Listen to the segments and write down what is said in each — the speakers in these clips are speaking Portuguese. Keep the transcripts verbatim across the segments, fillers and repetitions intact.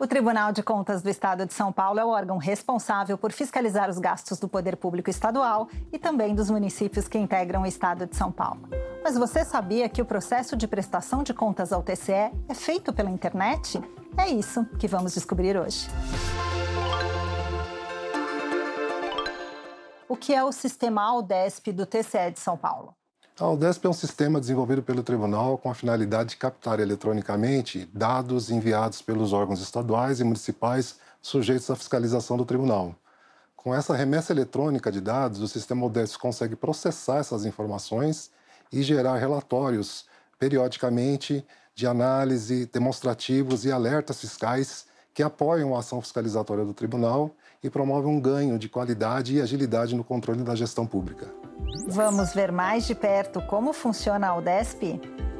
O Tribunal de Contas do Estado de São Paulo é o órgão responsável por fiscalizar os gastos do poder público estadual e também dos municípios que integram o Estado de São Paulo. Mas você sabia que o processo de prestação de contas ao T C E é feito pela internet? É isso que vamos descobrir hoje. O que é o sistema Aldesp do T C E de São Paulo? A Aldesp é um sistema desenvolvido pelo Tribunal com a finalidade de captar eletronicamente dados enviados pelos órgãos estaduais e municipais sujeitos à fiscalização do Tribunal. Com essa remessa eletrônica de dados, o sistema Aldesp consegue processar essas informações e gerar relatórios periodicamente de análise, demonstrativos e alertas fiscais que apoiam a ação fiscalizatória do Tribunal e promovem um ganho de qualidade e agilidade no controle da gestão pública. Vamos ver mais de perto como funciona a Aldesp?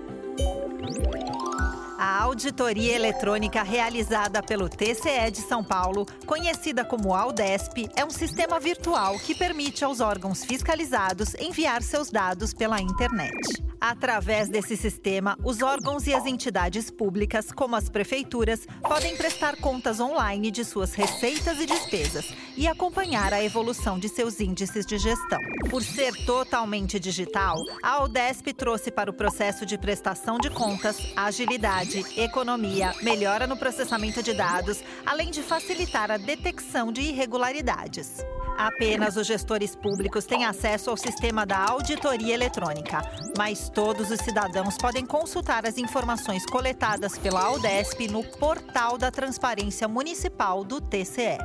A auditoria eletrônica realizada pelo T C E de São Paulo, conhecida como Aldesp, é um sistema virtual que permite aos órgãos fiscalizados enviar seus dados pela internet. Através desse sistema, os órgãos e as entidades públicas, como as prefeituras, podem prestar contas online de suas receitas e despesas e acompanhar a evolução de seus índices de gestão. Por ser totalmente digital, a Aldesp trouxe para o processo de prestação de contas agilidade, economia, melhora no processamento de dados, além de facilitar a detecção de irregularidades. Apenas os gestores públicos têm acesso ao sistema da auditoria eletrônica, mas todos os cidadãos podem consultar as informações coletadas pela Aldesp no portal da Transparência Municipal do T C E.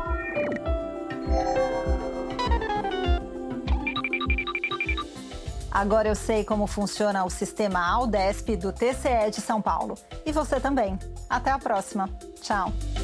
Agora eu sei como funciona o sistema Aldesp do T C E de São Paulo. E você também. Até a próxima. Tchau.